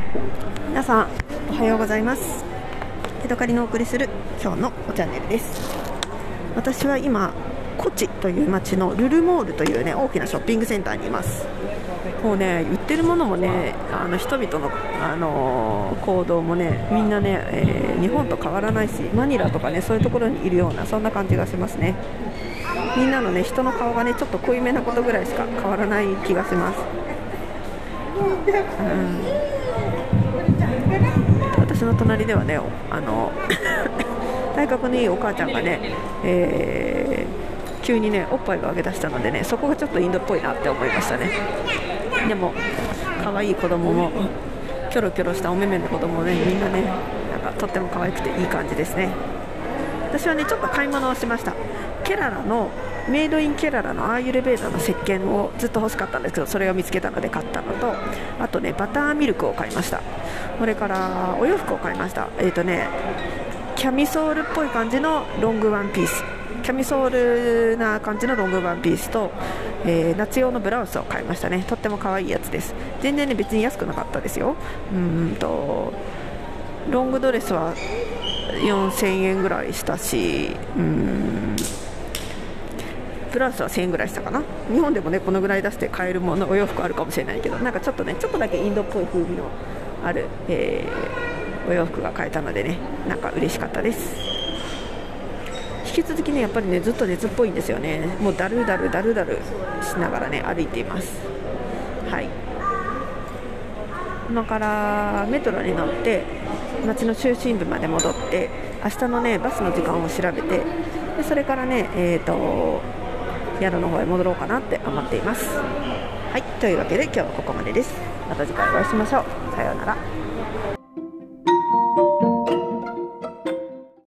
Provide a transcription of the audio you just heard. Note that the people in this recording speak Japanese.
皆さんおはようございます。エドカリのお送りする今日のチャンネルです。私は今コチという町のルルモールというね大きなショッピングセンターにいます。もうね売ってるものもね人々の、行動もねみんなね、日本と変わらないし、マニラとかねそういうところにいるようなそんな感じがしますね。みんなのね人の顔がねちょっと濃いめなことぐらいしか変わらない気がします。私の隣ではね体格のいいお母ちゃんがね、急にねおっぱいをあげ出したのでね、そこがちょっとインドっぽいなって思いましたね。でも可愛い子供もキョロキョロしたお目目の子供もねみんなねなんかとっても可愛くていい感じですね。私はねちょっと買い物をしました。ケララのメイドインケララのアーユルベーダの石鹸をずっと欲しかったんですけど、それを見つけたので買ったのと、あとねバターミルクを買いました。それからお洋服を買いました。キャミソールっぽい感じのロングワンピース、キャミソールな感じのロングワンピースと、夏用のブラウスを買いましたね。とっても可愛いやつです。全然ね別に安くなかったですよ。ロングドレスは4000円ぐらいしたし、プラスは1000円ぐらいしたかな。日本でもねこのぐらい出して買えるものお洋服あるかもしれないけど、なんかちょっとだけインドっぽい風味のある、お洋服が買えたのでねなんか嬉しかったです。引き続きねやっぱりねずっと熱っぽいんですよね。もうだるだるしながらね歩いています。はい、今からメトロに乗って街の中心部まで戻って明日のねバスの時間を調べて、でそれからね宿の方へ戻ろうかなって思っています。はい、というわけで今日はここまでです。また次回お会いしましょう。さようなら。